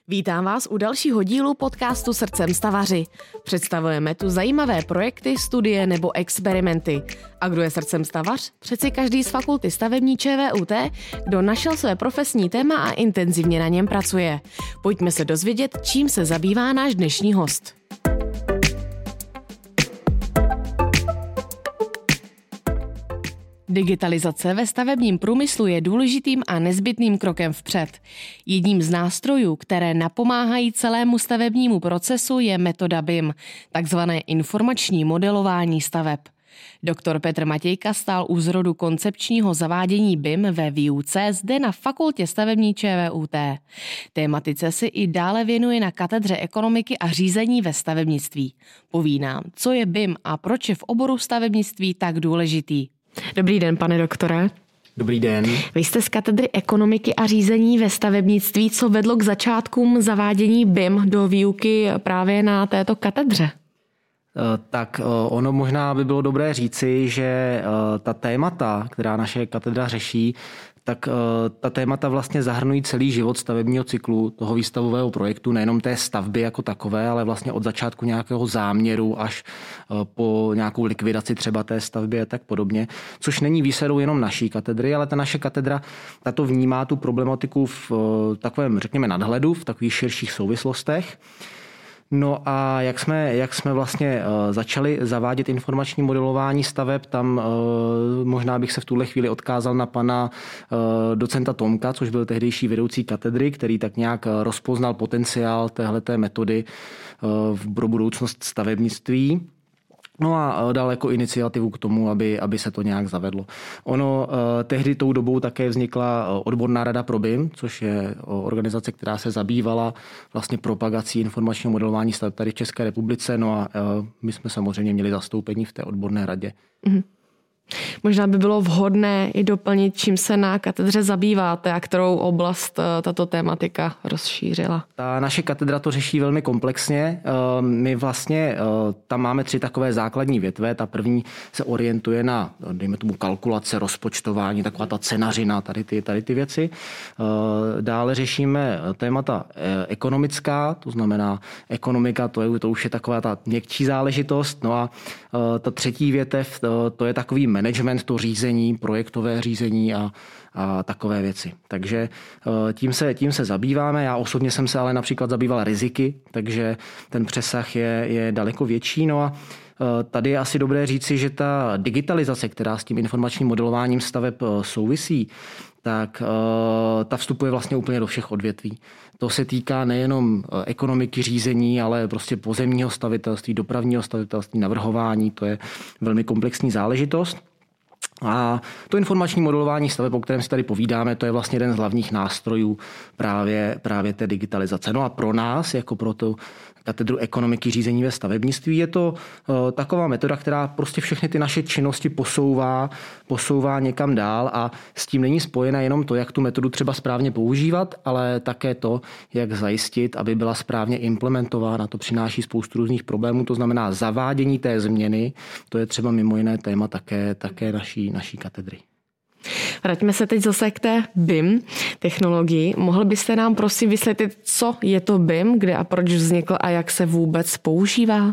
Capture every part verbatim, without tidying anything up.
Vítám vás u dalšího dílu podcastu Srdcem stavaři. Představujeme tu zajímavé projekty, studie nebo experimenty. A kdo je srdcem stavař? Přeci každý z fakulty stavební ČVUT, kdo našel své profesní téma a intenzivně na něm pracuje. Pojďme se dozvědět, čím se zabývá náš dnešní host. Digitalizace ve stavebním průmyslu je důležitým a nezbytným krokem vpřed. Jedním z nástrojů, které napomáhají celému stavebnímu procesu, je metoda B I M, takzvané informační modelování staveb. Doktor Petr Matějka stál u zrodu koncepčního zavádění B I M ve výuce zde na fakultě stavební ČVUT. Tématice si i dále věnuje na katedře ekonomiky a řízení ve stavebnictví. Poví nám, co je B I M a proč je v oboru stavebnictví tak důležitý. Dobrý den, pane doktore. Dobrý den. Vy jste z katedry ekonomiky a řízení ve stavebnictví, co vedlo k začátkům zavádění B I M do výuky právě na této katedře? Tak ono možná by bylo dobré říci, že ta témata, která naše katedra řeší, tak ta témata vlastně zahrnují celý život stavebního cyklu toho výstavového projektu, nejenom té stavby jako takové, ale vlastně od začátku nějakého záměru až po nějakou likvidaci třeba té stavby a tak podobně, což není výsadou jenom naší katedry, ale ta naše katedra tato vnímá tu problematiku v takovém, řekněme, nadhledu, v takových širších souvislostech. No a jak jsme, jak jsme vlastně uh, začali zavádět informační modelování staveb, tam uh, možná bych se v tuhle chvíli odkázal na pana uh, docenta Tomka, což byl tehdejší vedoucí katedry, který tak nějak rozpoznal potenciál téhleté metody uh, pro budoucnost stavebnictví. No a dal jako iniciativu k tomu, aby, aby se to nějak zavedlo. Ono eh, tehdy tou dobou také vznikla odborná rada pro B I M, což je organizace, která se zabývala vlastně propagací informačního modelování staveb tady v České republice. No a eh, my jsme samozřejmě měli zastoupení v té odborné radě. Mm-hmm. Možná by bylo vhodné i doplnit, čím se na katedře zabýváte a kterou oblast tato tématika rozšířila. Ta naše katedra to řeší velmi komplexně. My vlastně tam máme tři takové základní větve. Ta první se orientuje na, dejme tomu, kalkulace, rozpočtování, taková ta cenařina, tady ty, tady ty věci. Dále řešíme témata ekonomická, to znamená ekonomika, to, je, to už je taková ta měkčí záležitost. No a ta třetí větev, to je takový management, to řízení, projektové řízení a, a takové věci. Takže tím se, tím se zabýváme. Já osobně jsem se ale například zabýval riziky, takže ten přesah je, je daleko větší. No a tady je asi dobré říci, že ta digitalizace, která s tím informačním modelováním staveb souvisí, tak ta vstupuje vlastně úplně do všech odvětví. To se týká nejenom ekonomiky, řízení, ale prostě pozemního stavitelství, dopravního stavitelství, navrhování, to je velmi komplexní záležitost. A to informační modelování staveb, o kterém si tady povídáme, to je vlastně jeden z hlavních nástrojů právě, právě té digitalizace. No a pro nás, jako pro tu katedru ekonomiky řízení ve stavebnictví, je to uh, taková metoda, která prostě všechny ty naše činnosti posouvá, posouvá někam dál a s tím není spojena jenom to, jak tu metodu třeba správně používat, ale také to, jak zajistit, aby byla správně implementována. To přináší spoustu různých problémů, to znamená zavádění té změny, to je třeba mimo jiné téma také, také naší, naší katedry. Vraťme se teď zase k té B I M technologii. Mohl byste nám prosím vysvětlit, co je to B I M, kde a proč vznikl a jak se vůbec používá?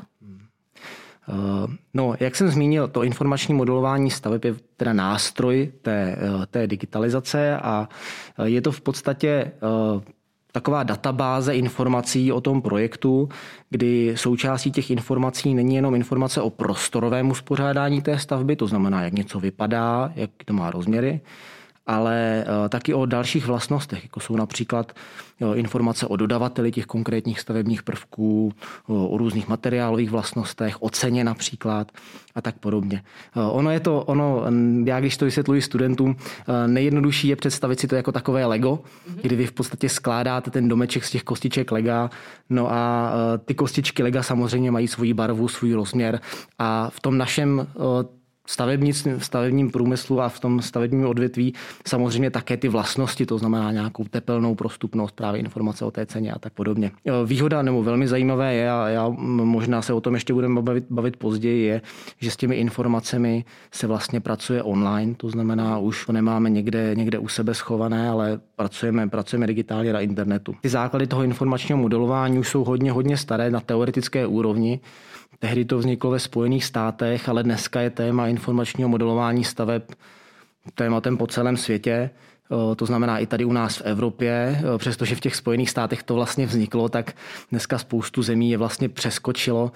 No, jak jsem zmínil, to informační modelování staveb je teda nástroj té, té digitalizace a je to v podstatě taková databáze informací o tom projektu, kdy součástí těch informací není jenom informace o prostorovém uspořádání té stavby, to znamená, jak něco vypadá, jak to má rozměry, ale taky o dalších vlastnostech, jako jsou například informace o dodavateli těch konkrétních stavebních prvků, o různých materiálových vlastnostech, o ceně například a tak podobně. Ono je to, ono, já když to vysvětluji studentům, nejjednodušší je představit si to jako takové Lego, kdy vy v podstatě skládáte ten domeček z těch kostiček Lega, no a ty kostičky Lega samozřejmě mají svoji barvu, svůj rozměr a v tom našem v stavebním průmyslu a v tom stavebním odvětví samozřejmě také ty vlastnosti, to znamená nějakou tepelnou prostupnost, právě informace o té ceně a tak podobně. Výhoda nebo velmi zajímavé je, a já možná se o tom ještě budeme bavit, bavit později, je, že s těmi informacemi se vlastně pracuje online, to znamená, už to nemáme někde, někde u sebe schované, ale pracujeme, pracujeme digitálně na internetu. Ty základy toho informačního modelování už jsou hodně, hodně staré na teoretické úrovni. Tehdy to vzniklo ve Spojených státech, ale dneska je téma informačního modelování staveb tématem po celém světě. To znamená i tady u nás v Evropě, přestože v těch Spojených státech to vlastně vzniklo, tak dneska spoustu zemí je vlastně přeskočilo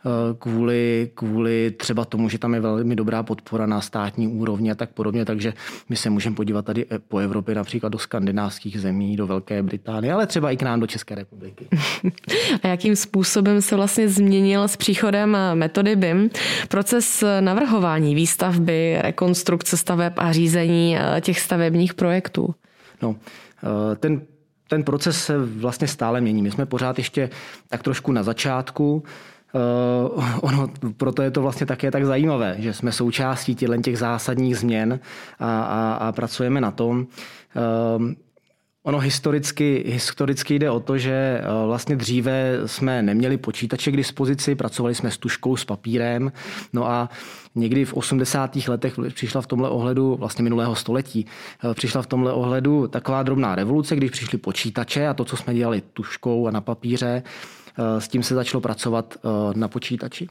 kvůli, kvůli třeba tomu, že tam je velmi dobrá podpora na státní úrovni a tak podobně, takže my se můžeme podívat tady po Evropě například do skandinávských zemí, do Velké Británie, ale třeba i k nám do České republiky. A jakým způsobem se vlastně změnil s příchodem metody B I M proces navrhování výstavby, rekonstrukce staveb a řízení těch stavebních projektů? No, ten, ten proces se vlastně stále mění. My jsme pořád ještě tak trošku na začátku. Uh, ono, proto je to vlastně také tak zajímavé, že jsme součástí těch zásadních změn a, a, a pracujeme na tom. Uh, Ono historicky, historicky jde o to, že vlastně dříve jsme neměli počítače k dispozici, pracovali jsme s tužkou, s papírem, no a někdy v osmdesátých letech přišla v tomhle ohledu, vlastně minulého století, přišla v tomhle ohledu taková drobná revoluce, když přišly počítače a to, co jsme dělali tužkou a na papíře, s tím se začalo pracovat na počítači.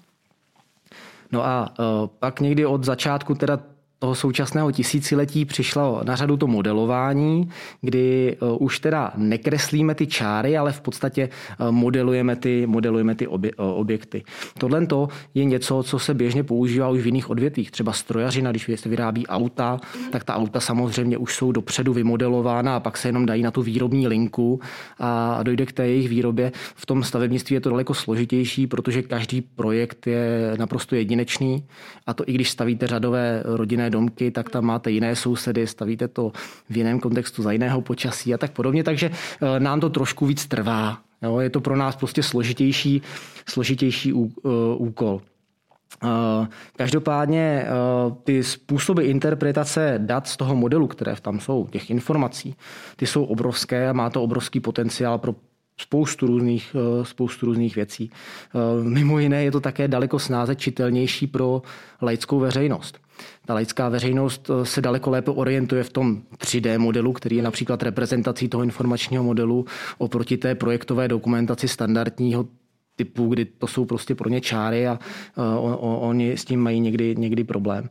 No a pak někdy od začátku teda toho současného tisíciletí přišlo na řadu to modelování, kdy už teda nekreslíme ty čáry, ale v podstatě modelujeme ty, modelujeme ty objekty. Tohle je něco, co se běžně používá už v jiných odvětvích. Třeba strojařina, když se vyrábí auta, tak ta auta samozřejmě už jsou dopředu vymodelována a pak se jenom dají na tu výrobní linku a dojde k té jejich výrobě. V tom stavebnictví je to daleko složitější, protože každý projekt je naprosto jedinečný a to i když stavíte řadové rodinné domky, tak tam máte jiné sousedy, stavíte to v jiném kontextu za jiného počasí a tak podobně, takže nám to trošku víc trvá. Jo? Je to pro nás prostě složitější, složitější úkol. Každopádně ty způsoby interpretace dat z toho modelu, které tam jsou, těch informací, ty jsou obrovské a má to obrovský potenciál pro spoustu různých, spoustu různých věcí. Mimo jiné je to také daleko snáze čitelnější pro laickou veřejnost. Ta laická veřejnost se daleko lépe orientuje v tom tři dé modelu, který je například reprezentací toho informačního modelu oproti té projektové dokumentaci standardního typu, kdy to jsou prostě pro ně čáry a oni s tím mají někdy, někdy problém.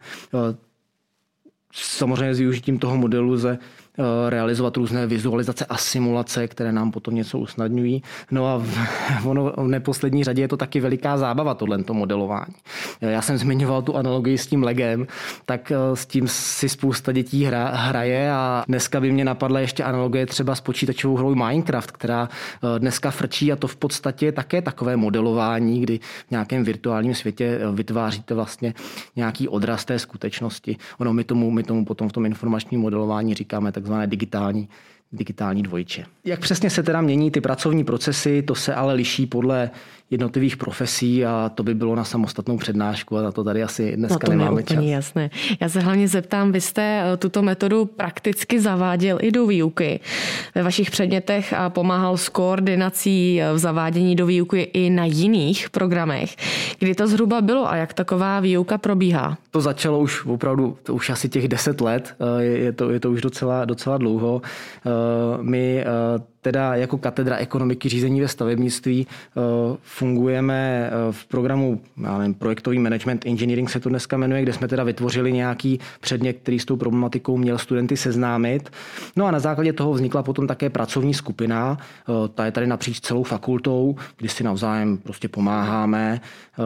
Samozřejmě s využitím toho modelu lze realizovat různé vizualizace a simulace, které nám potom něco usnadňují. No a v, ono, v neposlední řadě je to taky veliká zábava, tohleto modelování. Já jsem zmiňoval tu analogii s tím legem, tak s tím si spousta dětí hra, hraje a dneska by mě napadla ještě analogie třeba s počítačovou hrou Minecraft, která dneska frčí a to v podstatě je také takové modelování, kdy v nějakém virtuálním světě vytváříte vlastně nějaký odraz té skutečnosti. Ono my tomu, my tomu potom v tom informačním modelování říkáme tak takzvané digitální, digitální dvojče. Jak přesně se teda mění ty pracovní procesy, to se ale liší podle jednotlivých profesí a to by bylo na samostatnou přednášku a na to tady asi dneska nemáme čas. No to je úplně jasné. Já se hlavně zeptám, vy jste tuto metodu prakticky zaváděl i do výuky ve vašich předmětech a pomáhal s koordinací v zavádění do výuky i na jiných programech. Kdy to zhruba bylo a jak taková výuka probíhá? To začalo už opravdu, to už asi těch deset let, je to, je to už docela, docela dlouho. My teda jako katedra ekonomiky řízení ve stavebnictví fungujeme v programu, já nevím, projektový management engineering se to dneska jmenuje, kde jsme teda vytvořili nějaký předmět, který s tou problematikou měl studenty seznámit. No a na základě toho vznikla potom také pracovní skupina, ta je tady napříč celou fakultou, kdy si navzájem prostě pomáháme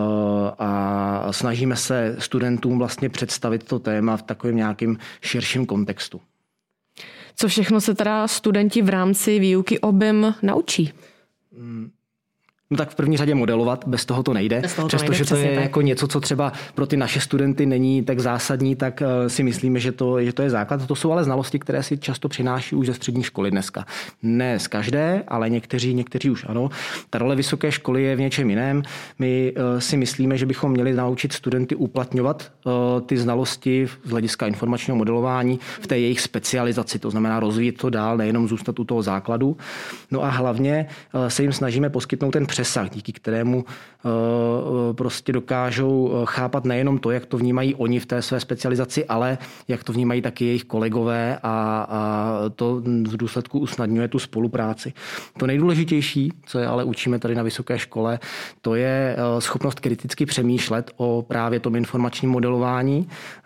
a snažíme se studentům vlastně představit to téma v takovém nějakým širším kontextu. Co všechno se teda studenti v rámci výuky o B I M naučí? No tak v první řadě modelovat, bez toho to nejde. Přestože to je tak. Jako něco, co třeba pro ty naše studenty není tak zásadní, tak uh, si myslíme, že to, že to je základ. To jsou ale znalosti, které si často přináší už ze střední školy dneska. Ne z každé, ale někteří, někteří už ano. Ta role vysoké školy je v něčem jiném. My uh, si myslíme, že bychom měli naučit studenty uplatňovat uh, ty znalosti z hlediska informačního modelování v té jejich specializaci. To znamená rozvíjet to dál, nejenom zůstat u toho základu. No a hlavně uh, se jim snažíme poskytnout ten přesah, díky kterému prostě dokážou chápat nejenom to, jak to vnímají oni v té své specializaci, ale jak to vnímají taky jejich kolegové a, a to v důsledku usnadňuje tu spolupráci. To nejdůležitější, co je ale učíme tady na vysoké škole, to je schopnost kriticky přemýšlet o právě tom informačním modelování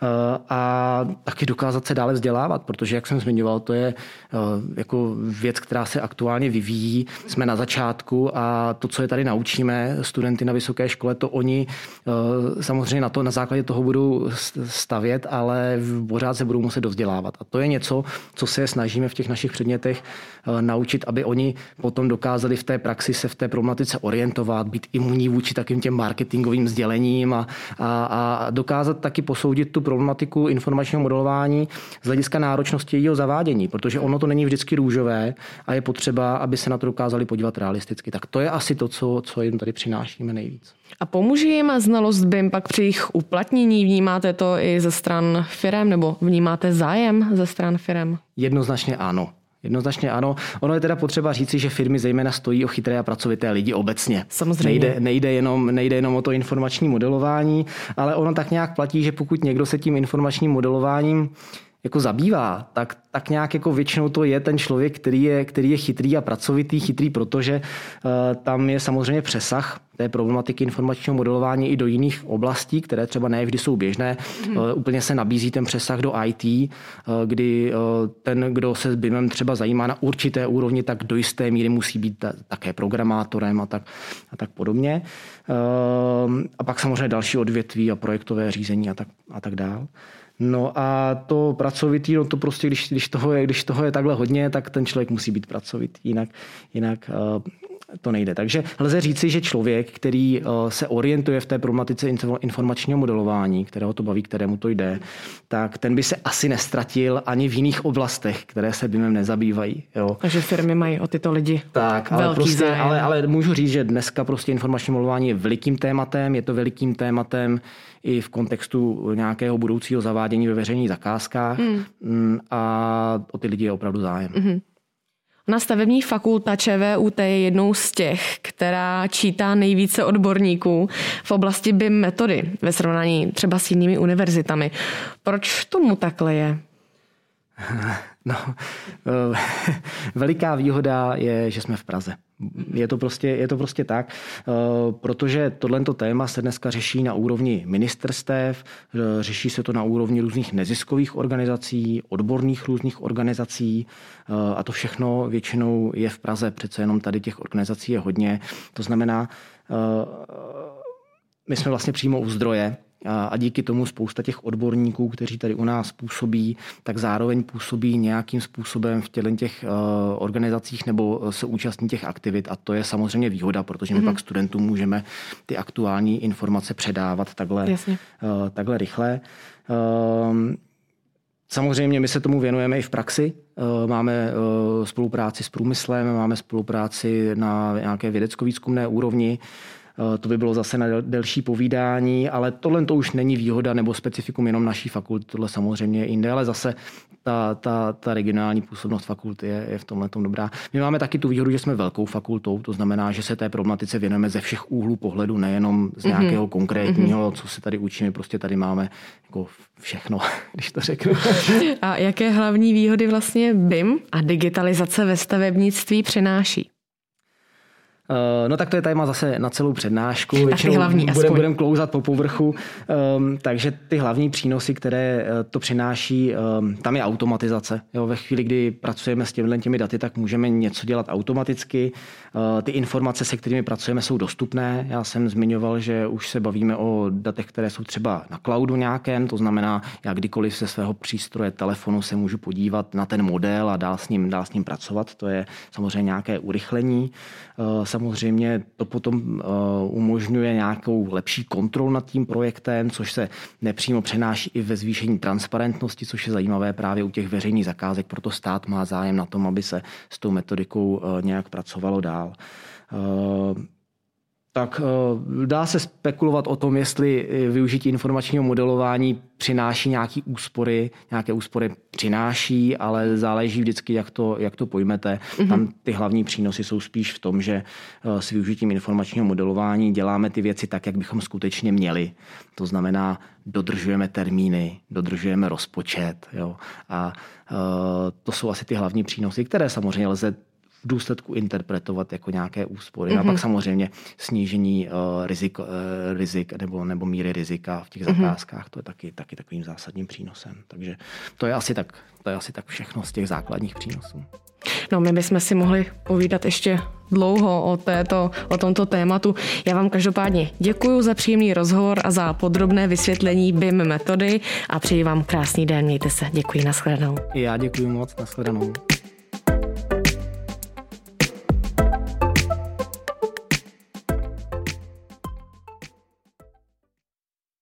a taky dokázat se dále vzdělávat, protože, jak jsem zmiňoval, to je jako věc, která se aktuálně vyvíjí. Jsme na začátku a to, co je tady naučíme studenty na vysoké škole, to oni samozřejmě na to na základě toho budou stavět, ale pořád se budou muset dovzdělávat. A to je něco, co se snažíme v těch našich předmětech naučit, aby oni potom dokázali v té praxi se v té problematice orientovat, být imunní vůči takým těm marketingovým sdělením a, a, a dokázat taky posoudit tu problematiku informačního modelování z hlediska náročnosti jejího zavádění, protože ono to není vždycky růžové a je potřeba, aby se na to dokázali podívat realisticky. Tak to je asi to, co, co jim tady přinášíme nejvíc. A pomůže jim znalost B I M pak při jejich uplatnění? Vnímáte to i ze stran firem nebo vnímáte zájem ze stran firem? Jednoznačně ano. Jednoznačně ano. Ono je teda potřeba říci, že firmy zejména stojí o chytré a pracovité lidi obecně. Samozřejmě. Nejde, nejde, jenom, nejde jenom o to informační modelování, ale ono tak nějak platí, že pokud někdo se tím informačním modelováním jako zabývá, tak, tak nějak jako většinou to je ten člověk, který je, který je chytrý a pracovitý, chytrý, protože uh, tam je samozřejmě přesah té problematiky informačního modelování i do jiných oblastí, které třeba ne vždy jsou běžné. Hmm. Uh, úplně se nabízí ten přesah do í té, uh, kdy uh, ten, kdo se s BIMem třeba zajímá na určité úrovni, tak do jisté míry musí být ta, také programátorem a tak, a tak podobně. Uh, a pak samozřejmě další odvětví a projektové řízení a tak, a tak dál. No a to pracovitý, no to prostě, když, když, toho je, když toho je takhle hodně, tak ten člověk musí být pracovitý, jinak, jinak uh, to nejde. Takže lze říci, že člověk, který uh, se orientuje v té problematice informačního modelování, kterého to baví, kterému to jde, tak ten by se asi nestratil ani v jiných oblastech, které se BIMem nezabývají. Jo. Takže firmy mají o tyto lidi tak, ale velký prostě, zájem. Ale, ale můžu říct, že dneska prostě informační modelování je velikým tématem, je to velikým tématem i v kontextu nějakého budoucího zavádění ve veřejných zakázkách mm. a o ty lidi je opravdu zájem. Mm-hmm. Na stavební fakulta ČVUT je jednou z těch, která čítá nejvíce odborníků v oblasti B I M metody ve srovnání třeba s jinými univerzitami. Proč tomu takhle je? No, veliká výhoda je, že jsme v Praze. Je to prostě, je to prostě tak, protože tohleto téma se dneska řeší na úrovni ministerstev, řeší se to na úrovni různých neziskových organizací, odborných různých organizací a to všechno většinou je v Praze. Přece jenom tady těch organizací je hodně. To znamená, my jsme vlastně přímo u zdroje a díky tomu spousta těch odborníků, kteří tady u nás působí, tak zároveň působí nějakým způsobem v těchto těch organizacích nebo se účastní těch aktivit a to je samozřejmě výhoda, protože my mm. pak studentům můžeme ty aktuální informace předávat takhle, takhle rychle. Samozřejmě my se tomu věnujeme i v praxi. Máme spolupráci s průmyslem, máme spolupráci na nějaké vědecko-výzkumné úrovni. To by bylo zase na delší povídání, ale tohle to už není výhoda nebo specifikum jenom naší fakulty, tohle samozřejmě je jinde, ale zase ta, ta, ta regionální působnost fakulty je, je v tomhle tom dobrá. My máme taky tu výhodu, že jsme velkou fakultou, to znamená, že se té problematice věnujeme ze všech úhlů pohledu, nejenom z nějakého mm-hmm. konkrétního, co se tady učíme, prostě tady máme jako všechno, když to řeknu. A jaké hlavní výhody vlastně B I M a digitalizace ve stavebnictví přináší? No tak to je téma zase na celou přednášku. Většinou budeme budem klouzat po povrchu. Um, takže ty hlavní přínosy, které to přináší, um, tam je automatizace. Jo, ve chvíli, kdy pracujeme s těmi, těmi daty, tak můžeme něco dělat automaticky. Uh, ty informace, se kterými pracujeme, jsou dostupné. Já jsem zmiňoval, že už se bavíme o datech, které jsou třeba na cloudu nějakém. To znamená, já kdykoliv se svého přístroje, telefonu se můžu podívat na ten model a dál s ním, dál s ním pracovat. To je samozřejmě nějaké urychlení. Uh, samozřejmě to potom umožňuje nějakou lepší kontrolu nad tím projektem, což se nepřímo přenáší i ve zvýšení transparentnosti, což je zajímavé právě u těch veřejných zakázek, proto stát má zájem na tom, aby se s tou metodikou nějak pracovalo dál. Tak dá se spekulovat o tom, jestli využití informačního modelování přináší nějaké úspory, nějaké úspory přináší, ale záleží vždycky, jak to, jak to pojmete. Mm-hmm. Tam ty hlavní přínosy jsou spíš v tom, že s využitím informačního modelování děláme ty věci tak, jak bychom skutečně měli. To znamená, dodržujeme termíny, dodržujeme rozpočet. Jo? A to jsou asi ty hlavní přínosy, které samozřejmě lze v důsledku interpretovat jako nějaké úspory. Mm-hmm. A pak samozřejmě snížení uh, rizik, uh, rizik nebo, nebo míry rizika v těch zakázkách. Mm-hmm. To je taky, taky takovým zásadním přínosem. Takže to je asi tak, to je asi tak všechno z těch základních přínosů. No, my bychom si mohli povídat ještě dlouho o, této, o tomto tématu. Já vám každopádně děkuji za příjemný rozhovor a za podrobné vysvětlení B I M metody a přeji vám krásný den. Mějte se. Děkuji, nashledanou. Já děkuji moc, nashledanou.